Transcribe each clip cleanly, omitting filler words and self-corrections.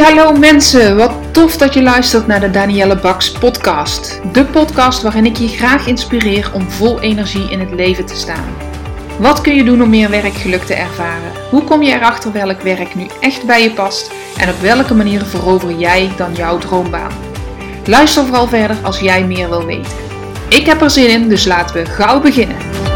Hallo mensen, wat tof dat je luistert naar de Danielle Baks podcast. De podcast waarin ik je graag inspireer om vol energie in het leven te staan. Wat kun je doen om meer werkgeluk te ervaren? Hoe kom je erachter welk werk nu echt bij je past? En op welke manier verover jij dan jouw droombaan? Luister vooral verder als jij meer wil weten. Ik heb er zin in, dus laten we gauw beginnen.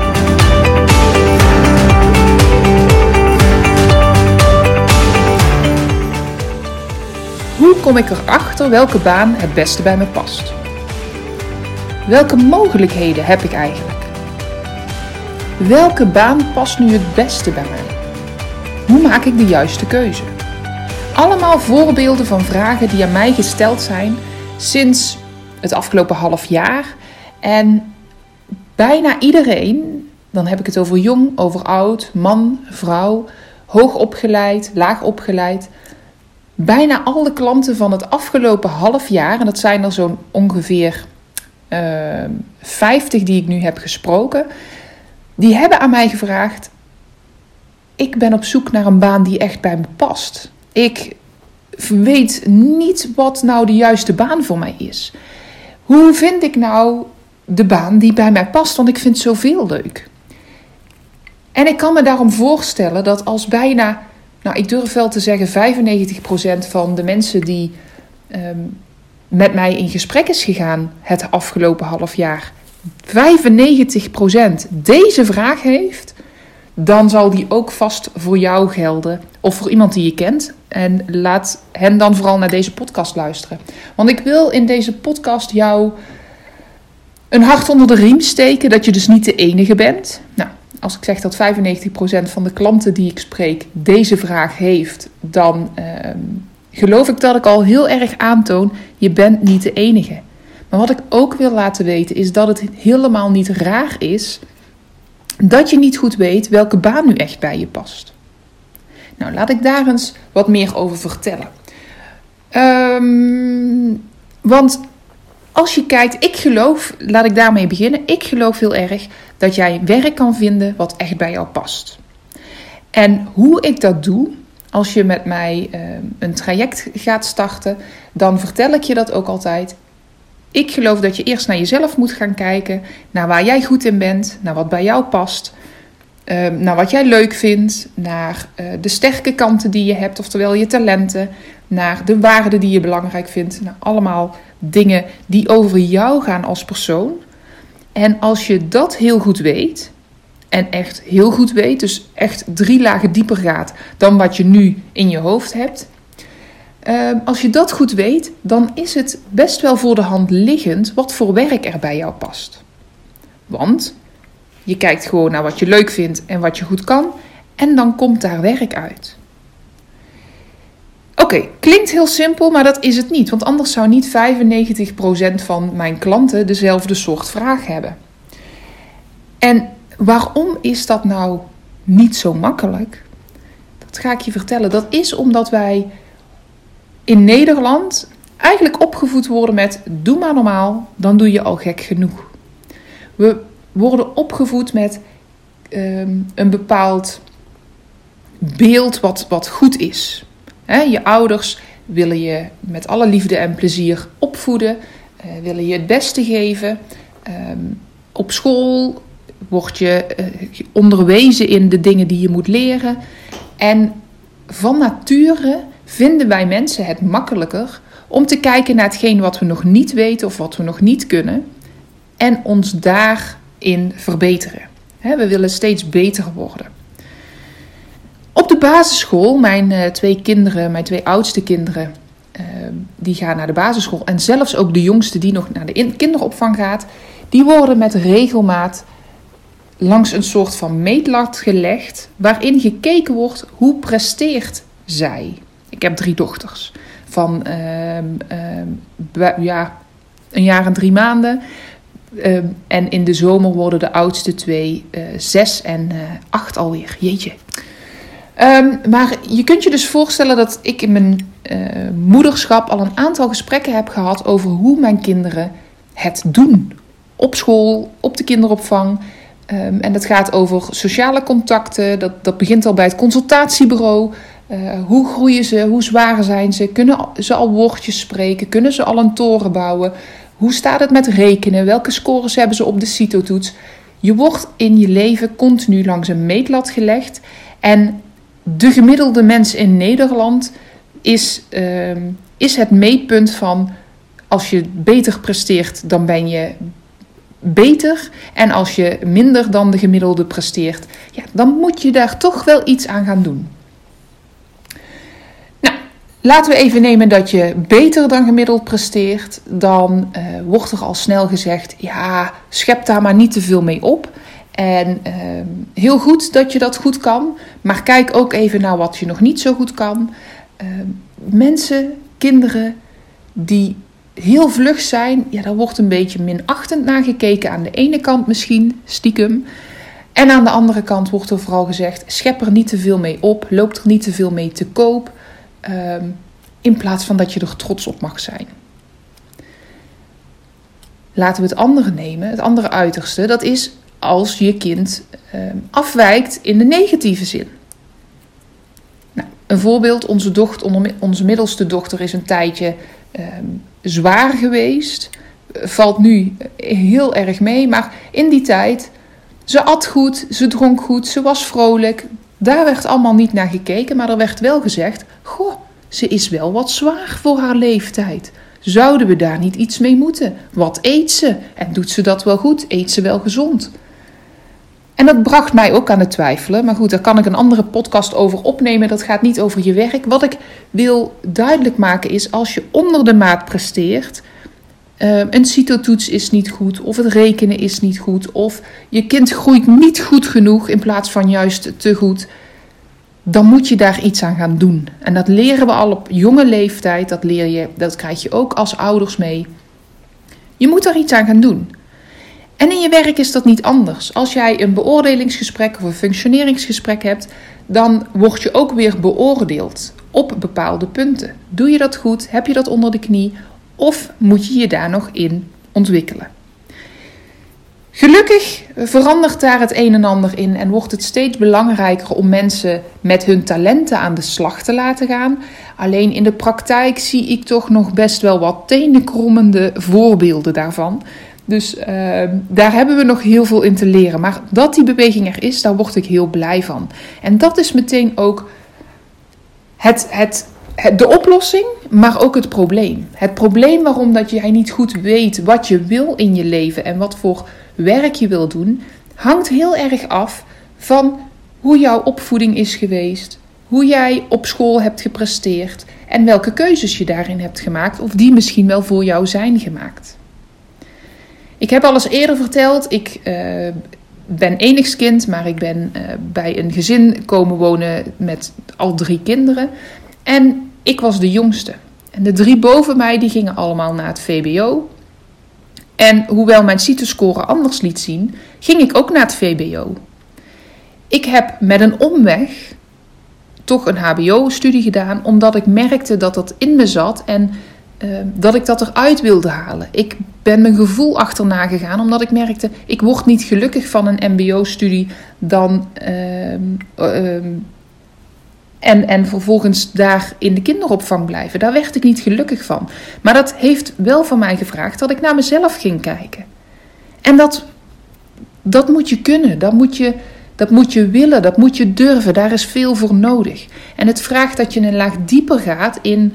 Hoe kom ik erachter welke baan het beste bij me past? Welke mogelijkheden heb ik eigenlijk? Welke baan past nu het beste bij mij? Hoe maak ik de juiste keuze? Allemaal voorbeelden van vragen die aan mij gesteld zijn sinds het afgelopen half jaar. En bijna iedereen, dan heb ik het over jong, over oud, man, vrouw, hoog opgeleid, laag opgeleid. Bijna alle klanten van het afgelopen half jaar, en dat zijn er zo'n ongeveer 50 die ik nu heb gesproken, die hebben aan mij gevraagd: ik ben op zoek naar een baan die echt bij me past. Ik weet niet wat nou de juiste baan voor mij is. Hoe vind ik nou de baan die bij mij past? Want ik vind zoveel leuk. En ik kan me daarom voorstellen dat als bijna, ik durf wel te zeggen 95% van de mensen die met mij in gesprek is gegaan het afgelopen half jaar, 95% deze vraag heeft, dan zal die ook vast voor jou gelden of voor iemand die je kent. En laat hen dan vooral naar deze podcast luisteren. Want ik wil in deze podcast jou een hart onder de riem steken dat je dus niet de enige bent. Nou, als ik zeg dat 95% van de klanten die ik spreek deze vraag heeft, dan geloof ik dat ik al heel erg aantoon: je bent niet de enige. Maar wat ik ook wil laten weten is dat het helemaal niet raar is dat je niet goed weet welke baan nu echt bij je past. Nou, laat ik daar eens wat meer over vertellen. Want als je kijkt, laat ik daarmee beginnen. Ik geloof heel erg dat jij werk kan vinden wat echt bij jou past. En hoe ik dat doe, als je met mij een traject gaat starten, dan vertel ik je dat ook altijd. Ik geloof dat je eerst naar jezelf moet gaan kijken, naar waar jij goed in bent, naar wat bij jou past, naar wat jij leuk vindt, naar de sterke kanten die je hebt, oftewel je talenten, naar de waarden die je belangrijk vindt. Nou, allemaal dingen die over jou gaan als persoon. En als je dat heel goed weet, en echt heel goed weet, dus echt 3 lagen dieper gaat dan wat je nu in je hoofd hebt. Als je dat goed weet, dan is het best wel voor de hand liggend wat voor werk er bij jou past. Want je kijkt gewoon naar wat je leuk vindt en wat je goed kan, en dan komt daar werk uit. Oké, klinkt heel simpel, maar dat is het niet. Want anders zou niet 95% van mijn klanten dezelfde soort vraag hebben. En waarom is dat nou niet zo makkelijk? Dat ga ik je vertellen. Dat is omdat wij in Nederland eigenlijk opgevoed worden met: doe maar normaal, dan doe je al gek genoeg. We worden opgevoed met een bepaald beeld wat goed is. Je ouders willen je met alle liefde en plezier opvoeden, willen je het beste geven. Op school word je onderwezen in de dingen die je moet leren. En van nature vinden wij mensen het makkelijker om te kijken naar hetgeen wat we nog niet weten of wat we nog niet kunnen, en ons daarin verbeteren. We willen steeds beter worden. Op de basisschool, mijn 2 oudste kinderen, die gaan naar de basisschool. En zelfs ook de jongste die nog naar de kinderopvang gaat, die worden met regelmaat langs een soort van meetlat gelegd, waarin gekeken wordt: hoe presteert zij? Ik heb 3 dochters van een jaar en 3 maanden. En in de zomer worden de oudste 2 6 en 8 alweer. Jeetje. Maar je kunt je dus voorstellen dat ik in mijn moederschap al een aantal gesprekken heb gehad over hoe mijn kinderen het doen. Op school, op de kinderopvang. En dat gaat over sociale contacten. Dat begint al bij het consultatiebureau. Hoe groeien ze? Hoe zwaar zijn ze? Kunnen ze al woordjes spreken? Kunnen ze al een toren bouwen? Hoe staat het met rekenen? Welke scores hebben ze op de CITO-toets? Je wordt in je leven continu langs een meetlat gelegd. En de gemiddelde mens in Nederland is het meetpunt van... als je beter presteert, dan ben je beter. En als je minder dan de gemiddelde presteert, ja, dan moet je daar toch wel iets aan gaan doen. Nou, laten we even nemen dat je beter dan gemiddeld presteert. Dan wordt er al snel gezegd, ja, schep daar maar niet te veel mee op. En heel goed dat je dat goed kan. Maar kijk ook even naar wat je nog niet zo goed kan. Mensen, kinderen die heel vlug zijn, ja, daar wordt een beetje minachtend naar gekeken. Aan de ene kant misschien, stiekem. En aan de andere kant wordt er vooral gezegd, schep er niet te veel mee op. Loop er niet te veel mee te koop. In plaats van dat je er trots op mag zijn. Laten we het andere nemen, het andere uiterste. Dat is als je kind afwijkt in de negatieve zin. Nou, een voorbeeld, onze middelste dochter is een tijdje zwaar geweest. Valt nu heel erg mee, maar in die tijd, ze at goed, ze dronk goed, ze was vrolijk. Daar werd allemaal niet naar gekeken, maar er werd wel gezegd, goh, ze is wel wat zwaar voor haar leeftijd. Zouden we daar niet iets mee moeten? Wat eet ze? En doet ze dat wel goed? Eet ze wel gezond? En dat bracht mij ook aan het twijfelen. Maar goed, daar kan ik een andere podcast over opnemen. Dat gaat niet over je werk. Wat ik wil duidelijk maken is, als je onder de maat presteert, een CITO-toets is niet goed, of het rekenen is niet goed, of je kind groeit niet goed genoeg in plaats van juist te goed, dan moet je daar iets aan gaan doen. En dat leren we al op jonge leeftijd. Dat krijg je ook als ouders mee. Je moet daar iets aan gaan doen. En in je werk is dat niet anders. Als jij een beoordelingsgesprek of een functioneringsgesprek hebt, dan word je ook weer beoordeeld op bepaalde punten. Doe je dat goed? Heb je dat onder de knie? Of moet je je daar nog in ontwikkelen? Gelukkig verandert daar het een en ander in en wordt het steeds belangrijker om mensen met hun talenten aan de slag te laten gaan. Alleen in de praktijk zie ik toch nog best wel wat tenenkrommende voorbeelden daarvan. Dus daar hebben we nog heel veel in te leren. Maar dat die beweging er is, daar word ik heel blij van. En dat is meteen ook de oplossing, maar ook het probleem. Het probleem waarom dat jij niet goed weet wat je wil in je leven en wat voor werk je wil doen, hangt heel erg af van hoe jouw opvoeding is geweest, hoe jij op school hebt gepresteerd en welke keuzes je daarin hebt gemaakt of die misschien wel voor jou zijn gemaakt. Ik heb al eens eerder verteld, ik ben enigskind, maar ik ben bij een gezin komen wonen met al 3 kinderen. En ik was de jongste. En de 3 boven mij die gingen allemaal naar het VBO. En hoewel mijn CITO-score anders liet zien, ging ik ook naar het VBO. Ik heb met een omweg toch een HBO-studie gedaan, omdat ik merkte dat dat in me zat en dat ik dat eruit wilde halen. Ik ben mijn gevoel achterna gegaan, omdat ik merkte, ik word niet gelukkig van een mbo-studie en vervolgens daar in de kinderopvang blijven. Daar werd ik niet gelukkig van. Maar dat heeft wel van mij gevraagd dat ik naar mezelf ging kijken. En dat moet je kunnen, dat moet je willen, dat moet je durven. Daar is veel voor nodig. En het vraagt dat je een laag dieper gaat in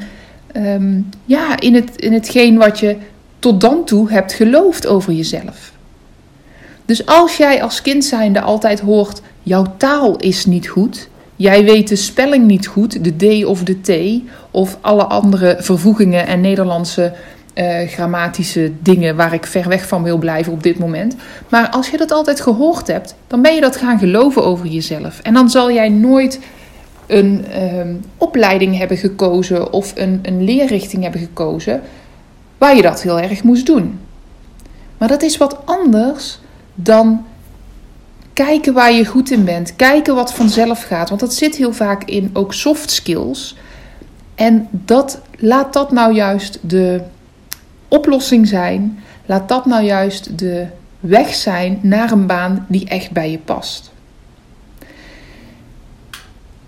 hetgeen wat je tot dan toe hebt geloofd over jezelf. Dus als jij als kind zijnde altijd hoort, jouw taal is niet goed, jij weet de spelling niet goed, de D of de T, of alle andere vervoegingen en Nederlandse grammatische dingen waar ik ver weg van wil blijven op dit moment. Maar als je dat altijd gehoord hebt, dan ben je dat gaan geloven over jezelf. En dan zal jij nooit een opleiding hebben gekozen of een leerrichting hebben gekozen waar je dat heel erg moest doen. Maar dat is wat anders dan kijken waar je goed in bent. Kijken wat vanzelf gaat. Want dat zit heel vaak in ook soft skills. En laat dat nou juist de oplossing zijn. Laat dat nou juist de weg zijn naar een baan die echt bij je past.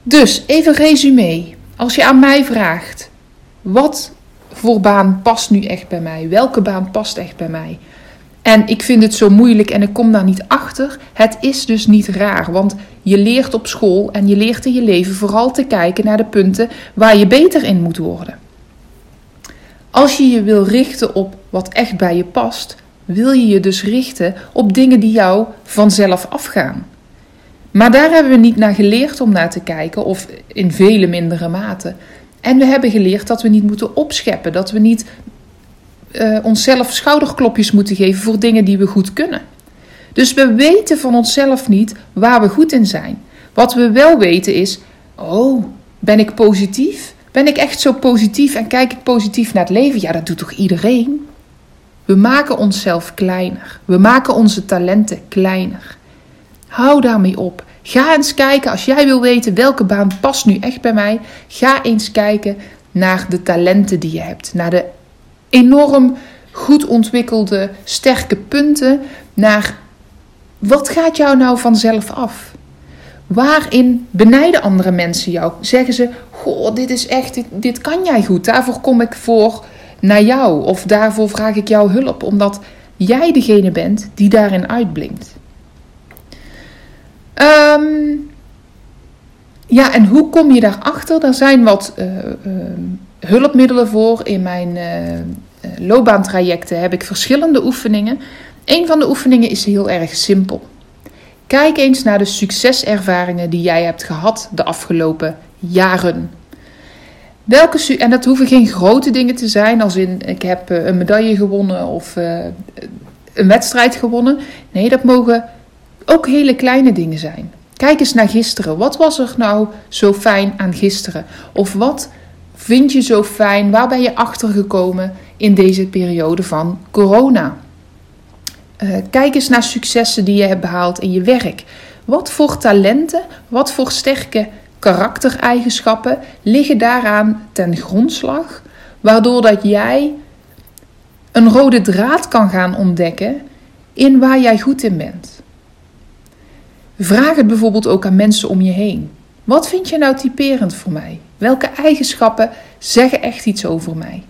Dus even resume. Als je aan mij vraagt, wat voor baan past nu echt bij mij? Welke baan past echt bij mij? En ik vind het zo moeilijk en ik kom daar niet achter. Het is dus niet raar, want je leert op school en je leert in je leven vooral te kijken naar de punten waar je beter in moet worden. Als je je wil richten op wat echt bij je past, wil je je dus richten op dingen die jou vanzelf afgaan. Maar daar hebben we niet naar geleerd om naar te kijken, of in vele mindere mate. En we hebben geleerd dat we niet moeten opscheppen, dat we niet onszelf schouderklopjes moeten geven voor dingen die we goed kunnen. Dus we weten van onszelf niet waar we goed in zijn. Wat we wel weten is, ben ik positief? Ben ik echt zo positief en kijk ik positief naar het leven? Ja, dat doet toch iedereen? We maken onszelf kleiner. We maken onze talenten kleiner. Hou daarmee op. Ga eens kijken, als jij wil weten welke baan past nu echt bij mij, ga eens kijken naar de talenten die je hebt. Naar de enorm goed ontwikkelde, sterke punten. Naar wat gaat jou nou vanzelf af? Waarin benijden andere mensen jou? Zeggen ze, goh, dit is echt, dit kan jij goed. Daarvoor kom ik voor naar jou. Of daarvoor vraag ik jouw hulp. Omdat jij degene bent die daarin uitblinkt. En hoe kom je daarachter? Er zijn wat hulpmiddelen voor. In mijn loopbaantrajecten heb ik verschillende oefeningen. Een van de oefeningen is heel erg simpel. Kijk eens naar de succeservaringen die jij hebt gehad de afgelopen jaren. En dat hoeven geen grote dingen te zijn, als in ik heb een medaille gewonnen of een wedstrijd gewonnen. Nee, dat mogen ook hele kleine dingen zijn. Kijk eens naar gisteren. Wat was er nou zo fijn aan gisteren? Of wat vind je zo fijn? Waar ben je achter gekomen in deze periode van corona? Kijk eens naar successen die je hebt behaald in je werk. Wat voor talenten, wat voor sterke karaktereigenschappen liggen daaraan ten grondslag, waardoor dat jij een rode draad kan gaan ontdekken in waar jij goed in bent. Vraag het bijvoorbeeld ook aan mensen om je heen. Wat vind je nou typerend voor mij? Welke eigenschappen zeggen echt iets over mij?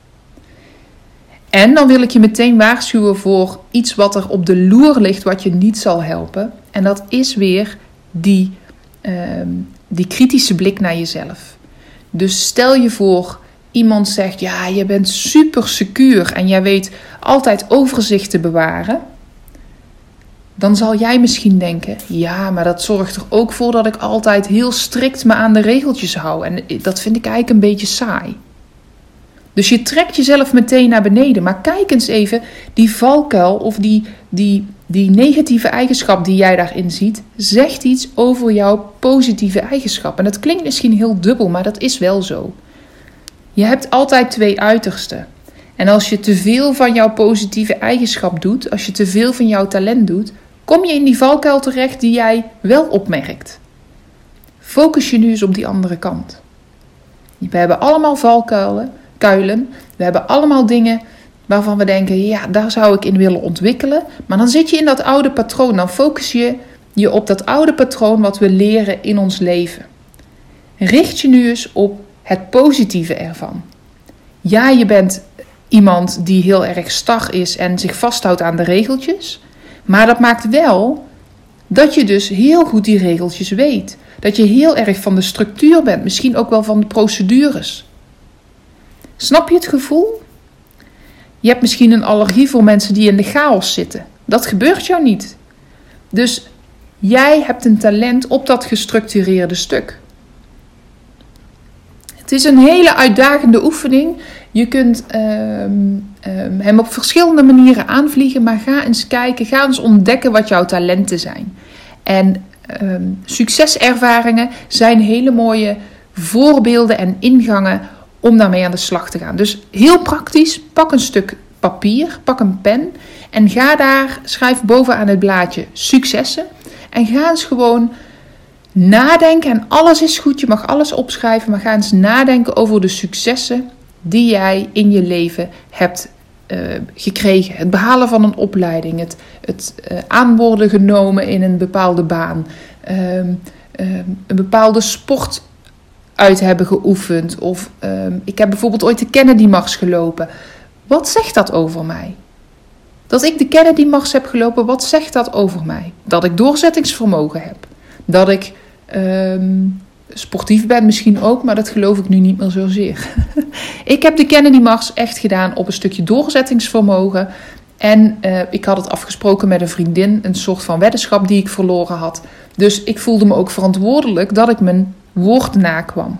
En dan wil ik je meteen waarschuwen voor iets wat er op de loer ligt, wat je niet zal helpen. En dat is weer die kritische blik naar jezelf. Dus stel je voor, iemand zegt, ja, je bent super secuur en jij weet altijd overzicht te bewaren. Dan zal jij misschien denken, ja, maar dat zorgt er ook voor dat ik altijd heel strikt me aan de regeltjes hou. En dat vind ik eigenlijk een beetje saai. Dus je trekt jezelf meteen naar beneden. Maar kijk eens even, die valkuil of die negatieve eigenschap die jij daarin ziet, zegt iets over jouw positieve eigenschap. En dat klinkt misschien heel dubbel, maar dat is wel zo. Je hebt altijd twee uitersten. En als je te veel van jouw positieve eigenschap doet, als je te veel van jouw talent doet, kom je in die valkuil terecht die jij wel opmerkt. Focus je nu eens op die andere kant. We hebben allemaal valkuilen. We hebben allemaal dingen waarvan we denken, ja, daar zou ik in willen ontwikkelen. Maar dan zit je in dat oude patroon. Dan focus je je op dat oude patroon wat we leren in ons leven. Richt je nu eens op het positieve ervan. Ja, je bent iemand die heel erg star is en zich vasthoudt aan de regeltjes. Maar dat maakt wel dat je dus heel goed die regeltjes weet. Dat je heel erg van de structuur bent. Misschien ook wel van de procedures. Snap je het gevoel? Je hebt misschien een allergie voor mensen die in de chaos zitten. Dat gebeurt jou niet. Dus jij hebt een talent op dat gestructureerde stuk. Het is een hele uitdagende oefening. Je kunt hem op verschillende manieren aanvliegen, maar ga eens kijken, ga eens ontdekken wat jouw talenten zijn. En succeservaringen zijn hele mooie voorbeelden en ingangen om daarmee aan de slag te gaan. Dus heel praktisch, pak een stuk papier, pak een pen en schrijf bovenaan het blaadje successen. En ga eens gewoon nadenken, en alles is goed, je mag alles opschrijven, maar ga eens nadenken over de successen die jij in je leven hebt gekregen. Het behalen van een opleiding, het aan worden genomen in een bepaalde baan, een bepaalde sport uit hebben geoefend. Of ik heb bijvoorbeeld ooit de Kennedy Mars gelopen. Wat zegt dat over mij? Dat ik de Kennedy Mars heb gelopen, wat zegt dat over mij? Dat ik doorzettingsvermogen heb. Dat ik sportief ben misschien ook, maar dat geloof ik nu niet meer zozeer. Ik heb de Kennedy Mars echt gedaan op een stukje doorzettingsvermogen. En ik had het afgesproken met een vriendin, een soort van weddenschap die ik verloren had. Dus ik voelde me ook verantwoordelijk dat ik mijn woord nakwam.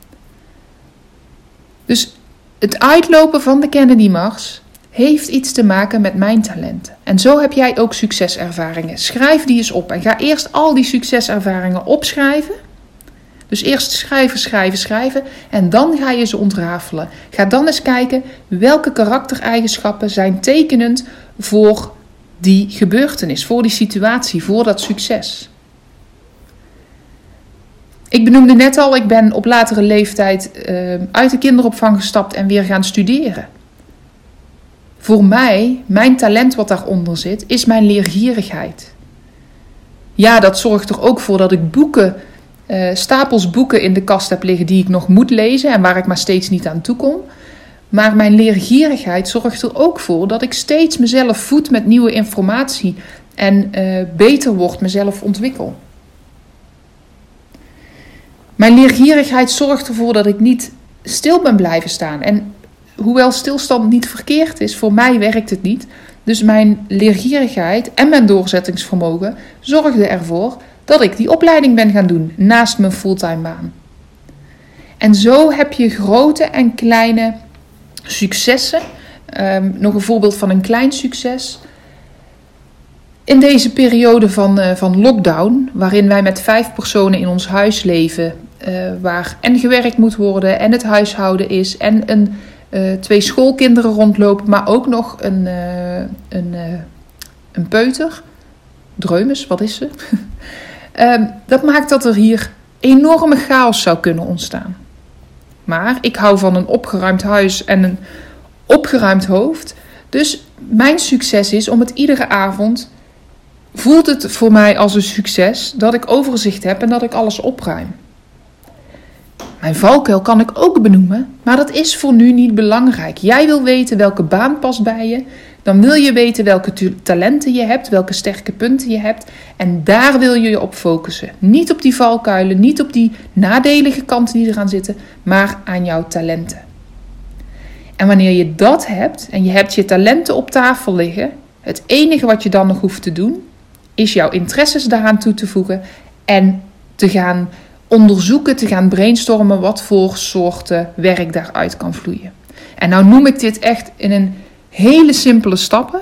Dus het uitlopen van de Kennedy Mars heeft iets te maken met mijn talenten. En zo heb jij ook succeservaringen. Schrijf die eens op en ga eerst al die succeservaringen opschrijven. Dus eerst schrijven en dan ga je ze ontrafelen. Ga dan eens kijken welke karaktereigenschappen zijn tekenend voor die gebeurtenis, voor die situatie, voor dat succes. Ik benoemde net al, ik ben op latere leeftijd uit de kinderopvang gestapt en weer gaan studeren. Voor mij, mijn talent wat daaronder zit, is mijn leergierigheid. Ja, dat zorgt er ook voor dat ik stapels boeken in de kast heb liggen die ik nog moet lezen en waar ik maar steeds niet aan toe kom. Maar mijn leergierigheid zorgt er ook voor dat ik steeds mezelf voed met nieuwe informatie en beter word, mezelf ontwikkel. Mijn leergierigheid zorgt ervoor dat ik niet stil ben blijven staan. En hoewel stilstand niet verkeerd is, voor mij werkt het niet. Dus mijn leergierigheid en mijn doorzettingsvermogen zorgden ervoor dat ik die opleiding ben gaan doen naast mijn fulltime baan. En zo heb je grote en kleine successen. Nog een voorbeeld van een klein succes. In deze periode van lockdown, waarin wij met 5 personen in ons huis leven, waar en gewerkt moet worden en het huishouden is en 2 schoolkinderen rondlopen, maar ook nog een peuter. Dreumes, wat is ze? Dat maakt dat er hier enorme chaos zou kunnen ontstaan. Maar ik hou van een opgeruimd huis en een opgeruimd hoofd. Dus mijn succes is om het iedere avond, voelt het voor mij als een succes dat ik overzicht heb en dat ik alles opruim. Mijn valkuil kan ik ook benoemen, maar dat is voor nu niet belangrijk. Jij wil weten welke baan past bij je. Dan wil je weten welke talenten je hebt, welke sterke punten je hebt. En daar wil je je op focussen. Niet op die valkuilen, niet op die nadelige kanten die eraan zitten, maar aan jouw talenten. En wanneer je dat hebt en je hebt je talenten op tafel liggen, het enige wat je dan nog hoeft te doen, is jouw interesses daaraan toe te voegen en te gaan onderzoeken, te gaan brainstormen wat voor soorten werk daaruit kan vloeien. En nou noem ik dit echt in een hele simpele stappen.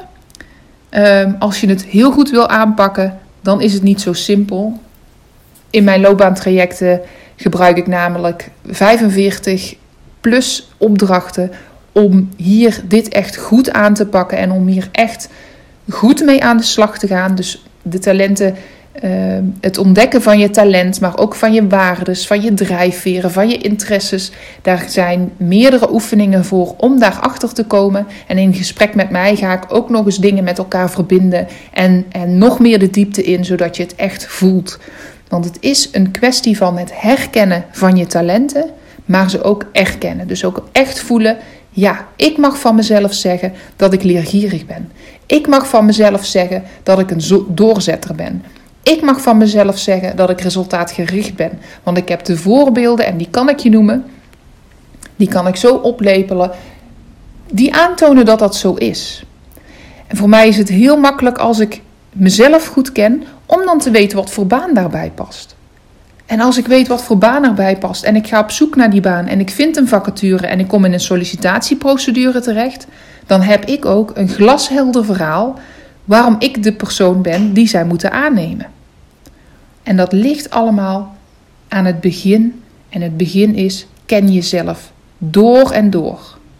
Als je het heel goed wil aanpakken, dan is het niet zo simpel. In mijn loopbaantrajecten gebruik ik namelijk 45 plus opdrachten om hier dit echt goed aan te pakken en om hier echt goed mee aan de slag te gaan. Dus de talenten, het ontdekken van je talent, maar ook van je waardes, van je drijfveren, van je interesses. Daar zijn meerdere oefeningen voor om daarachter te komen. En in gesprek met mij ga ik ook nog eens dingen met elkaar verbinden en nog meer de diepte in, zodat je het echt voelt. Want het is een kwestie van het herkennen van je talenten, maar ze ook erkennen. Dus ook echt voelen, ja, ik mag van mezelf zeggen dat ik leergierig ben. Ik mag van mezelf zeggen dat ik een doorzetter ben. Ik mag van mezelf zeggen dat ik resultaatgericht ben. Want ik heb de voorbeelden, en die kan ik je noemen, die kan ik zo oplepelen, die aantonen dat dat zo is. En voor mij is het heel makkelijk als ik mezelf goed ken, om dan te weten wat voor baan daarbij past. En als ik weet wat voor baan erbij past en ik ga op zoek naar die baan en ik vind een vacature en ik kom in een sollicitatieprocedure terecht, dan heb ik ook een glashelder verhaal waarom ik de persoon ben die zij moeten aannemen. En dat ligt allemaal aan het begin. En het begin is, ken jezelf door en door.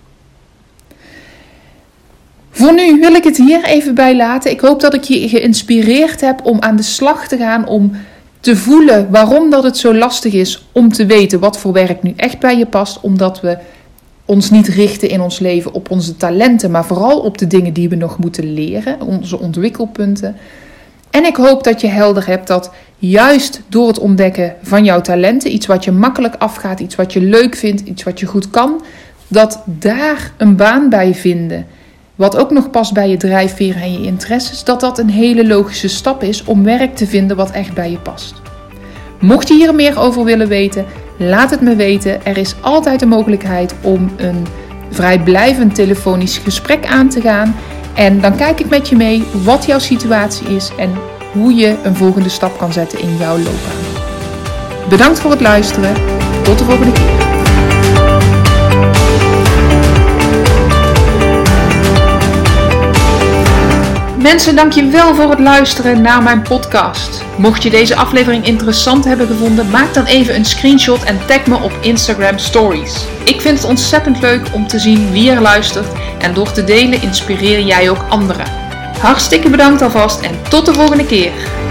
Voor nu wil ik het hier even bij laten. Ik hoop dat ik je geïnspireerd heb om aan de slag te gaan, om te voelen waarom dat het zo lastig is om te weten wat voor werk nu echt bij je past, omdat we ons niet richten in ons leven op onze talenten, maar vooral op de dingen die we nog moeten leren, onze ontwikkelpunten. En ik hoop dat je helder hebt dat juist door het ontdekken van jouw talenten, iets wat je makkelijk afgaat, iets wat je leuk vindt, iets wat je goed kan, dat daar een baan bij vinden, wat ook nog past bij je drijfveren en je interesses, dat een hele logische stap is om werk te vinden wat echt bij je past. Mocht je hier meer over willen weten, laat het me weten. Er is altijd een mogelijkheid om een vrijblijvend telefonisch gesprek aan te gaan. En dan kijk ik met je mee wat jouw situatie is en hoe je een volgende stap kan zetten in jouw loopbaan. Bedankt voor het luisteren. Tot de volgende keer. Mensen, dank je wel voor het luisteren naar mijn podcast. Mocht je deze aflevering interessant hebben gevonden, maak dan even een screenshot en tag me op Instagram Stories. Ik vind het ontzettend leuk om te zien wie er luistert en door te delen inspireer jij ook anderen. Hartstikke bedankt alvast en tot de volgende keer.